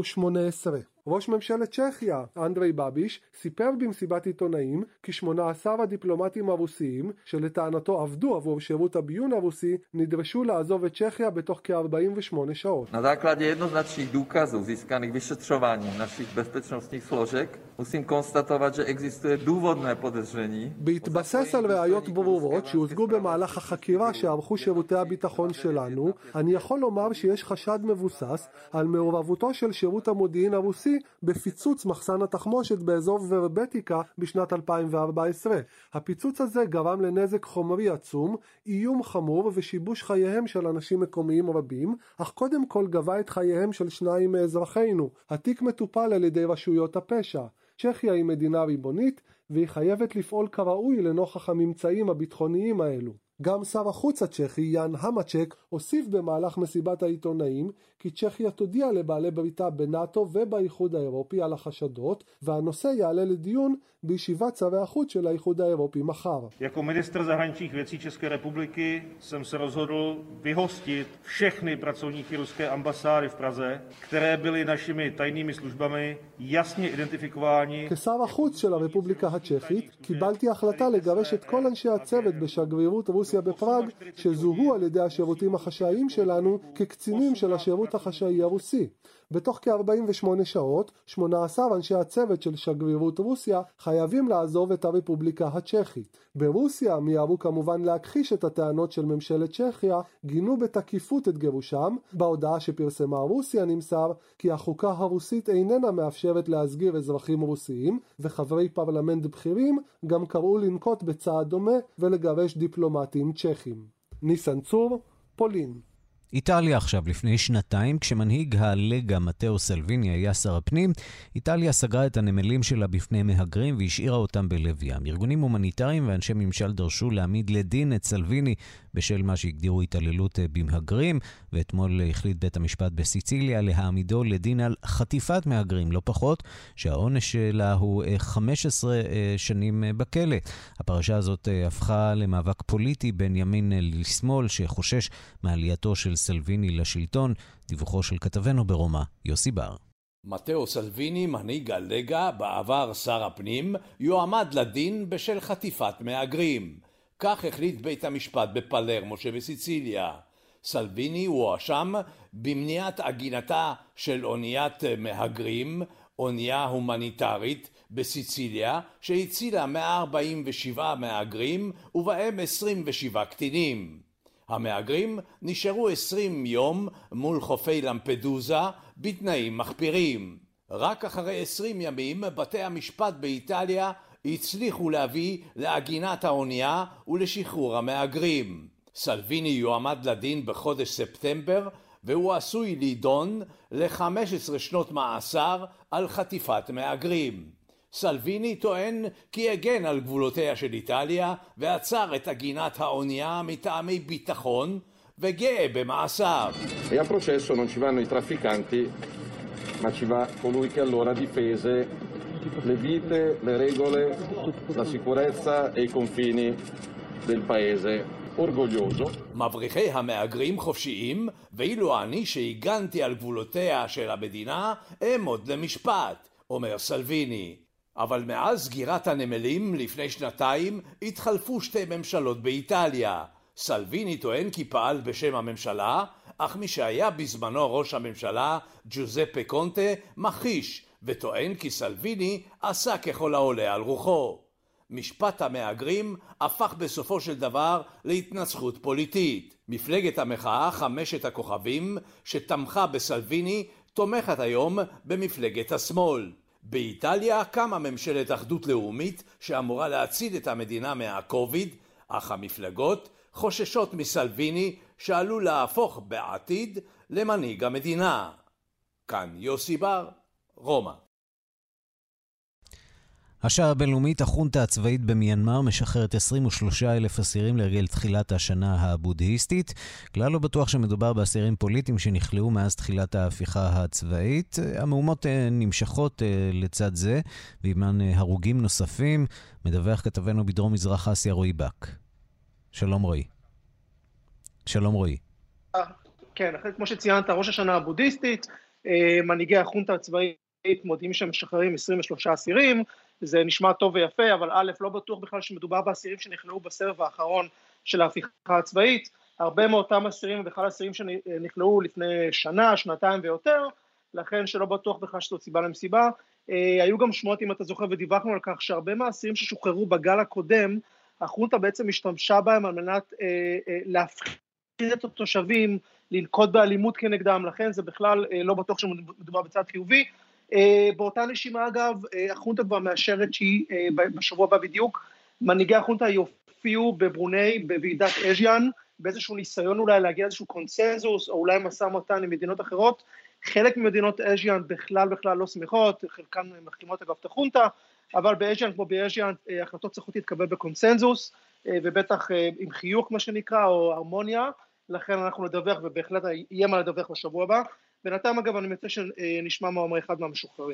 2018. ראש ממשלת צ'כיה, אנדרי בביש, סיפר במסיבת עיתונאים כי 18 הדיפלומטים הרוסיים שלטענתו עבדו עבור שירות הביון הרוסי נדרשו לעזוב את צ'כיה בתוך כ-48 שעות. Na základě jednoznačných důkazů získaných vyšetřováním našich bezpečnostních složek musím konstatovat, že existuje důvodné podezření. בהתבסס על ראיות ברורות שהושגו במהלך החקירה שערכו שירותי הביטחון שלנו, אני יכול לומר שיש חשד מבוסס על מעורבותו של שירות המודיעין הרוסי בפיצוץ מחסן התחמושת באזור ורבטיקה בשנת 2014. הפיצוץ הזה גרם לנזק חומרי עצום, איום חמור ושיבוש חייהם של אנשים מקומיים רבים, אך קודם כל גבה את חייהם של 2 מאזרחינו. התיק מטופל על ידי רשויות הפשע. צ'כיה היא מדינה ריבונית והיא חייבת לפעול כראוי לנוכח הממצאים הביטחוניים האלו. גם שר החוץ הצ'כי יאן המצ'ק הוסיף במהלך מסיבת העיתונאים כי צ'כיה תודיע לבעלי בריתה בנאטו ובאיחוד האירופי על החשדות והנושא יעלה לדיון בישיבת שרי החוץ של האיחוד האירופי מחר. Jako ministr zahraničních věcí České republiky jsem se rozhodl vyhostit všechny pracovníky ruské ambasády v Praze, které byly našimi tajnými službami jasně identifikováni. כשר החוץ של הרפובליקה הצ'כית קיבלתי החלטה לגרש את כל אנשי הצוות בשגרירות רוסיה בפראג שזוהו על ידי השירותים החשאיים שלנו כקצינים של השירות החשאי הרוסי. בתוך כ-48 שעות, 18 אנשי הצוות של שגרירות רוסיה חייבים לעזוב את הרפובליקה הצ'כית. ברוסיה מיהרו כמובן להכחיש את הטענות של ממשלת צ'כיה, גינו בתקיפות את גירושם. בהודעה שפרסמה רוסיה נמסר כי החוקה הרוסית איננה מאפשרת להסגיר אזרחים רוסיים, וחברי פרלמנט בכירים גם קראו לנקוט בצעד דומה ולגרש דיפלומטים צ'כים. ניסן צור, פולין. איטליה עכשיו, לפני 2 כשמנהיג הלגה מתאו סלוויני היה שר הפנים, איטליה סגרה את הנמלים שלה בפני מהגרים והשאירה אותם בלב ים. ארגונים הומניטריים ואנשי ממשל דרשו להעמיד לדין את סלוויני בשל מה שהגדירו התעללות במהגרים, ואתמול החליט בית המשפט בסיציליה להעמידו לדין על חטיפת מהגרים, לא פחות, שהעונש שלה הוא 15 שנים בכלא. הפרשה הזאת הפכה למאבק פוליטי בין ימין לשמאל שחושש מעלייתו של סלוויני לשלטון. דיווחו של כתבנו ברומא, יוסי בר. מתאו סלוויני, מנהיג הלגה, בעבר שר הפנים, יועמד לדין בשל חטיפת מהגרים. כך החליט בית המשפט בפלרמו שבסיציליה. סלוויני הואשם במניעת עגינתה של אוניית מהגרים, אונייה הומניטרית בסיציליה, שהצילה 147 מהגרים ובהם 27 קטינים. המהגרים נשארו 20 יום מול חופי למפדוזה בתנאים מחפירים. רק אחרי 20 ימים בתי המשפט באיטליה הצליחו להביא לעגינת האונייה ולשחרור המהגרים. סלוויני יועמד לדין בחודש ספטמבר והוא עשוי להידון ל-15 שנות מאסר על חטיפת מהגרים. סלוויני טוען כי הגן על גבולותיה של איטליה ועצר את עגינת האונייה מטעמי ביטחון וגאה במעשיו. E al processo non ci vanno i trafficanti, ma ci va colui che allora difese le vite, le regole, la sicurezza e i confini del paese. orgoglioso. מבריחי המהגרים חופשיים, ואילו אני שהגנתי על גבולותיה של המדינה, אעמוד למשפט, אומר סלוויני. אבל מאז סגירת הנמלים לפני שנתיים התחלפו שתי ממשלות באיטליה. סלוויני טוען כי פעל בשם הממשלה, אך מי שהיה בזמנו ראש הממשלה, ג'וזפה קונטה, מכחיש, וטוען כי סלוויני עשה ככל העולה על רוחו. משפט המהגרים הפך בסופו של דבר להתנצחות פוליטית. מפלגת המחאה חמשת הכוכבים שתמכה בסלוויני תומכת היום במפלגת השמאל. באיטליה קמה ממשלת אחדות לאומית שאמורה להציל את המדינה מהקוביד, אך המפלגות חוששות מסלוויני שעלול להפוך בעתיד למנהיג המדינה. כאן יוסי בר, רומא. השעה הבינלאומית, החונטה הצבאית במיינמר משחררת 23,000 אסירים לרגל תחילת השנה הבודהיסטית. כלל לא בטוח שמדובר באסירים פוליטיים שנכלאו מאז תחילת ההפיכה הצבאית. המהומות נמשכות לצד זה, ועימן הרוגים נוספים. מדווח כתבנו בדרום מזרח אסיה רועי בק. שלום רועי. שלום רועי. כן, כמו שציינת, ראש השנה הבודהיסטית, מנהיגי החונטה הצבאית מודיעים שהם משחררים 23 אסירים. זה נשמע טוב ויפה, אבל א', לא בטוח בכלל שמדובר באסירים שנכלאו בסבב האחרון של ההפיכה הצבאית. הרבה מאותם אסירים בכלל אסירים שנכלאו לפני שנה, שנתיים ויותר, לכן שלא בטוח בכלל שזאת סיבה למסיבה. היו גם שמועות, אם אתה זוכר, ודיווחנו על כך שהרבה מהאסירים ששוחררו בגל הקודם, החונטה בעצם השתמשה בהם על מנת להפחיד את התושבים, לנקוט באלימות כנגדם, לכן זה בכלל לא בטוח שמדובר בצד חיובי. באותה נשימה אגב, החונטה כבר מאשרת שהיא בשבוע הבא בדיוק, מנהיגי החונטה יופיעו בברוני, בוועידת אז'יאן, באיזשהו ניסיון אולי להגיע איזשהו קונסנזוס, או אולי משא ומתן עם מדינות אחרות. חלק ממדינות אז'יאן בכלל לא שמחות, חלקן מחתימות אגב את החונטה, אבל באז'יאן כמו באז'יאן, החלטות צריכות להתקבל בקונסנזוס, ובטח עם חיוך מה שנקרא, או הרמוניה, לכן אנחנו נדווח, ובהחלט יהיה מה לדווח בשבוע הבא. בינתיים אגב אני מציע שנשמע מה אומר אחד מהמשוחררים.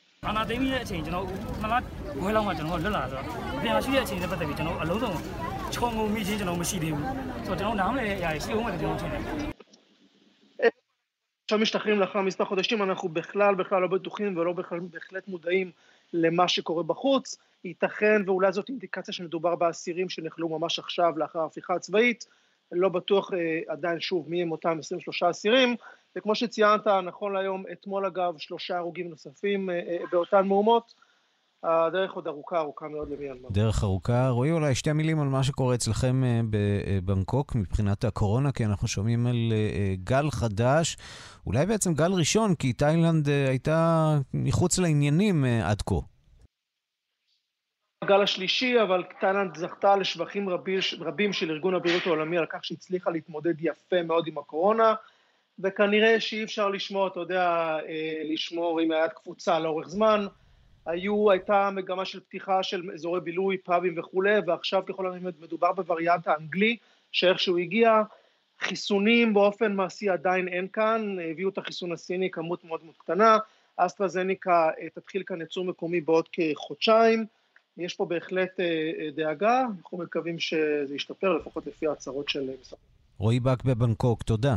עכשיו משתחררים לאחר מספר חודשים, אנחנו בכלל לא בטוחים ולא בהחלט מודעים למה שקורה בחוץ. ייתכן ואולי זאת אינדיקציה שמדובר באסירים שנחלו ממש עכשיו לאחר ההפיכה הצבאית, לא בטוח עדיין שוב מי הם אותם 23 אסירים, וכמו שציינת, נכון להיום, אתמול אגב 3 הרוגים נוספים באותן מהומות, הדרך עוד ארוכה מאוד למיינמר. דרך ארוכה. רואי אולי 2 מילים על מה שקורה אצלכם בבנקוק מבחינת הקורונה, כי אנחנו שומעים על גל חדש, אולי בעצם גל ראשון, כי תאילנד הייתה מחוץ לעניינים עד כה. הגל השלישי, אבל תאילנד זכתה לשבחים רבים של ארגון הבריאות העולמי על כך שהצליחה להתמודד יפה מאוד עם הקורונה, וכנראה שאי אפשר לשמור, אתה יודע, לשמור עם היד קפוצה לאורך זמן. הייתה מגמה של פתיחה של אזורי בילוי, פאבים וכו', ועכשיו ככל הנראה מדובר בווריאנט האנגלי, שאיכשהו הגיע. חיסונים באופן מעשי עדיין אין כאן, הביאו את החיסון הסיני כמות מאוד מאוד קטנה, אסטרהזניקה תתחיל כאן ייצור מקומי בעוד כחודשיים, יש פה בהחלט דאגה, אנחנו מקווים שזה ישתפר, לפחות לפי ההצהרות של משרד. רועי בק בבנקוק, תודה.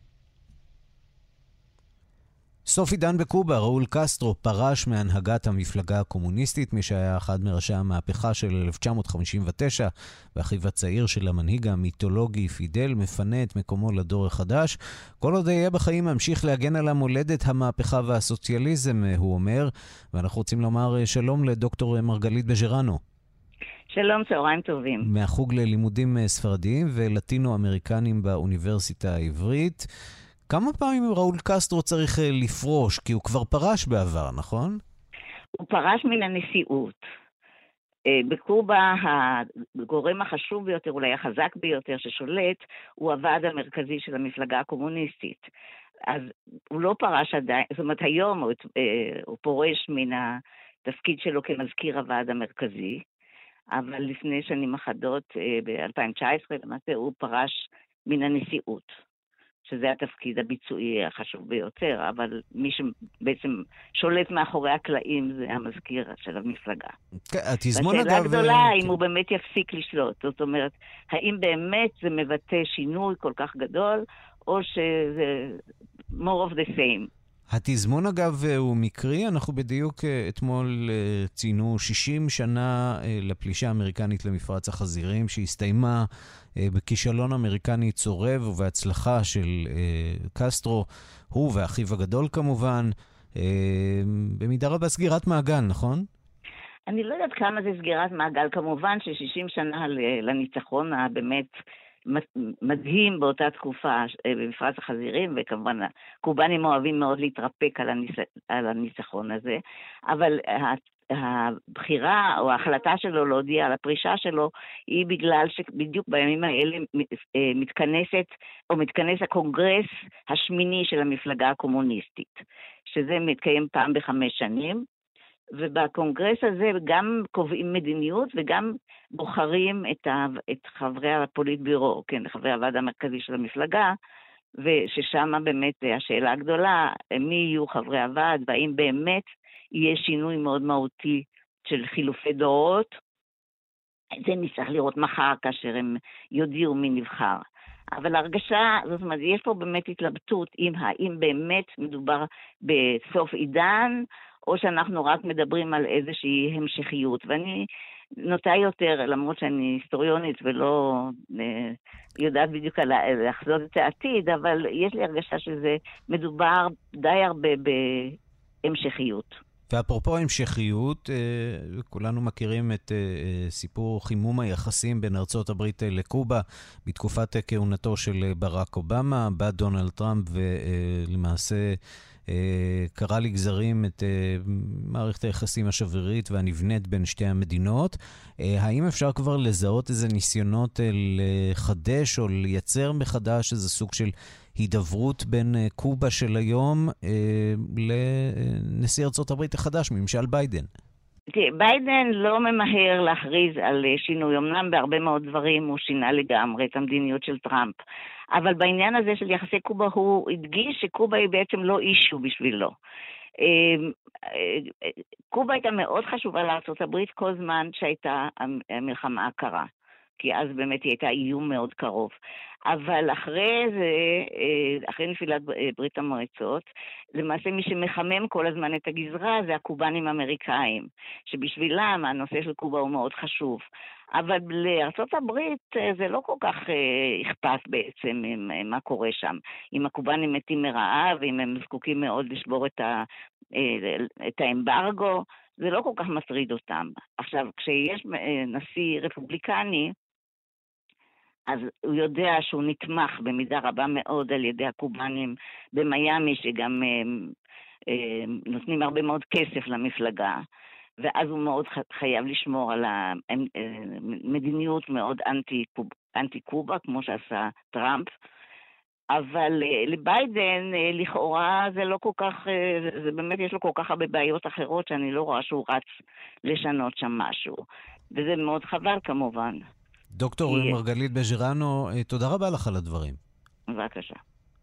סוף עידן בקובה, ראול קסטרו פרש מהנהגת המפלגה הקומוניסטית, מי שהיה אחד מראשי המהפכה של 1959, ואחיו הצעיר של המנהיג המיתולוגי פידל מפנה את מקומו לדור החדש. כל עוד יהיה בחיים ממשיך להגן על המולדת, המהפכה והסוציאליזם, הוא אומר, ואנחנו רוצים לומר שלום לדוקטור מרגלית בז'רנו. שלום, צהריים טובים. מהחוג ללימודים ספרדיים ולטינו-אמריקנים באוניברסיטה העברית. כמה פעמים ראול קסטרו צריך לפרוש? כי הוא כבר פרש בעבר, נכון? הוא פרש מן הנשיאות. בקובה הגורם החשוב ביותר, אולי החזק ביותר ששולט, הוא הוועד המרכזי של המפלגה הקומוניסטית. אז הוא לא פרש עדיין, זאת אומרת היום הוא פורש מן התפקיד שלו כמזכיר הוועד המרכזי, אבל לפני שנים אחדות, ב-2019 למעשה הוא פרש מן הנשיאות, שזה התפקיד הביצועי החשוב ביותר, אבל מי שבעצם שולט מאחורי הקלעים זה המזכיר של המפלגה. השאלה הגדולה, אם הוא באמת יפסיק לשלוט, זאת אומרת, האם באמת זה מבטא שינוי כל כך גדול, או שזה more of the same. התזמון אגב הוא מקרי, אנחנו בדיוק אתמול ציינו 60 שנה לפלישה האמריקנית למפרץ החזירים, שהסתיימה בכישלון אמריקני צורב ובהצלחה של קסטרו, הוא ואחיו הגדול כמובן, במידה רבה סגירת מעגל, נכון? אני לא יודעת כמה זה סגירת מעגל, כמובן ש60 שנה לניצחון הבאמת מדהים באותה תקופה במפרץ החזירים, וכמובן הקובנים אוהבים מאוד להתרפק על הניצחון הזה, אבל הבחירה או ההחלטה שלו להודיע על הפרישה שלו היא בגלל שבדיוק בימים האלה מתכנס הקונגרס השמיני של המפלגה הקומוניסטית, שזה מתקיים פעם ב5 שנים, ובקונגרס הזה גם קובעים מדיניות וגם בוחרים את חברי הפוליט בירו, כן, חברי הוועד המרכזי של המפלגה, וששם באמת השאלה הגדולה, מי יהיו חברי הוועד, והאם באמת יהיה שינוי מאוד מהותי של חילופי דורות. זה נצטרך לראות מחר כאשר הם יודיעו מי נבחר. אבל ההרגשה, זאת אומרת, יש פה באמת התלבטות האם באמת מדובר בסוף עידן, או שאנחנו רק מדברים על איזושהי המשכיות. ואני נוטה יותר, למרות שאני היסטוריונית ולא יודעת בדיוק לחזות את העתיד, אבל יש לי הרגשה שזה מדובר די הרבה בהמשכיות. ואפרופו המשכיות, כולנו מכירים את סיפור חימום היחסים בין ארצות הברית לקובה בתקופת כהונתו של ברק אובמה, בא דונלד טראמפ ולמעשה קרא לגזרים את מערכת היחסים השברירית והנבנית בין שתי המדינות. האם אפשר כבר לזהות איזה ניסיונות לחדש או לייצר מחדש איזה סוג של הידברות בין קובה של היום לנשיא ארצות הברית החדש, ממשל ביידן? ביידן לא ממהר להכריז על שינוי, אמנם בהרבה מאוד דברים הוא שינה לגמרי את המדיניות של טראמפ, אבל בעניין הזה של יחסי קובה הוא הדגיש שקובה היא בעצם לא אישו בשבילו. קובה הייתה מאוד חשובה לארצות הברית כל זמן שהייתה המלחמה הקרה, כי אז באמת היא הייתה איום מאוד קרוב. אבל אחרי זה, אחרי נפילת ברית המועצות, למעשה מי שמחמם כל הזמן את הגזרה זה הקובנים האמריקאים, שבשבילם הנושא של קובה הוא מאוד חשוב. אבל לארצות הברית זה לא כל כך אכפת בעצם מה קורה שם. אם הקובנים מתים מרעב, ואם הם זקוקים מאוד לשבור את האמברגו, זה לא כל כך מטריד אותם. עכשיו, כשיש נשיא רפובליקני, אז הוא יודע שהוא נתמך במידה רבה מאוד על ידי הקובנים במיימי, שגם נותנים הרבה מאוד כסף למפלגה, ואז הוא מאוד חייב לשמור על המדיניות מאוד אנטי קובה, כמו שעשה טראמפ, אבל לביידן לכאורה זה לא כל כך, זה באמת יש לו כל כך הרבה בעיות אחרות שאני לא רואה שהוא רץ לשנות שם משהו, וזה מאוד חבל כמובן. דוקטור מרגלית בז'רנו, תודה רבה לך על הדברים. בבקשה.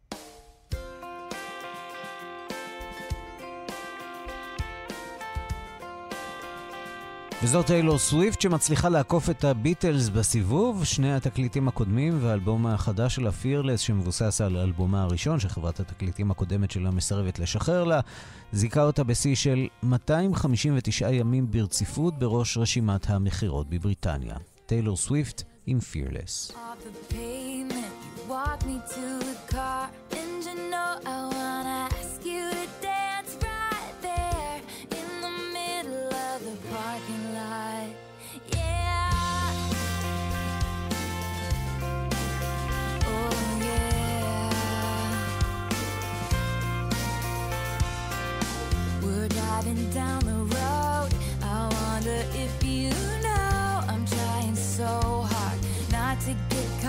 וזאת טיילור סוויפט שמצליחה לעקוף את הביטלס בסיבוב, שני התקליטים הקודמים והאלבום החדש שלה פירלס שמבוסס על האלבומה הראשון שחברת התקליטים הקודמת שלה מסרבת לשחרר לה, זיקה אותה בשיא של 259 ימים ברציפות בראש רשימת המחירות בבריטניה. טיילור סוויפט עם פירלס. Driving down the road, I wonder if you know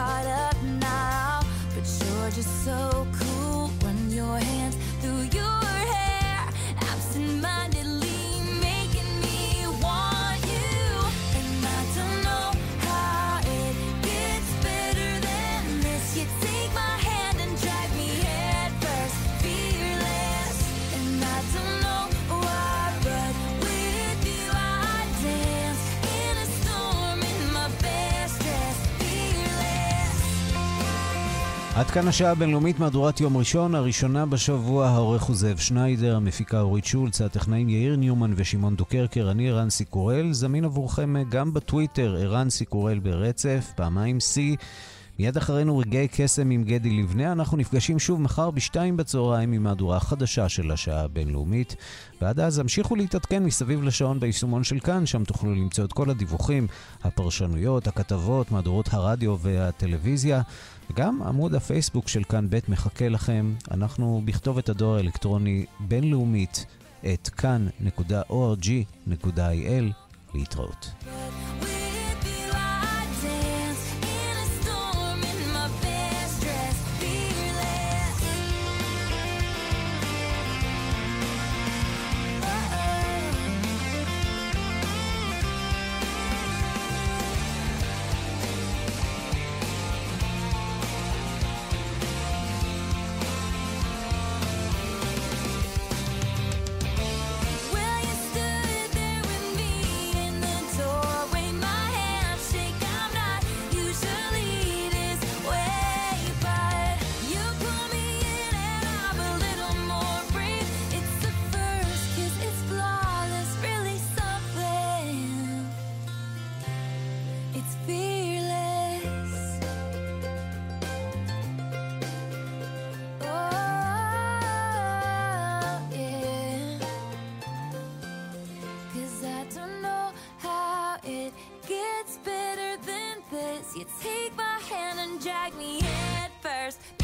caught up now, but you're just so cool. Run your hands through your hair, absent-mindedly making me want you. And I don't know how it gets better than this. You take my hand and drag me head first, fearless. And I don't know why, but with you I dance in a storm in my best dress, fearless. עד כאן השעה הבינלאומית, מהדורת יום ראשון, הראשונה בשבוע. העורך הוא זאב שניידר, המפיקה אורית שולץ, הטכנאים יאיר ניומן ושמעון דוקרקר, אני ערן סיקורל, זמין עבורכם גם בטוויטר, ערן סיקורל ברצף, פעמיים C. מיד אחרינו רגעי קסם עם גדי לבנה. אנחנו נפגשים שוב מחר ב14:00 עם מהדורה חדשה של השעה הבינלאומית. ועד אז המשיכו להתעדכן מסביב לשעון ביישומון של כאן, שם תוכלו למצוא את כל הדיווחים, הפרשנויות, הכתבות, מהדורות הרדיו והטלוויזיה, וגם עמוד הפייסבוק של כאן בית מחכה לכם. אנחנו בכתובת הדואר האלקטרוני בינלאומית @kan.org.il. להתראות. You take my hand and drag me head first.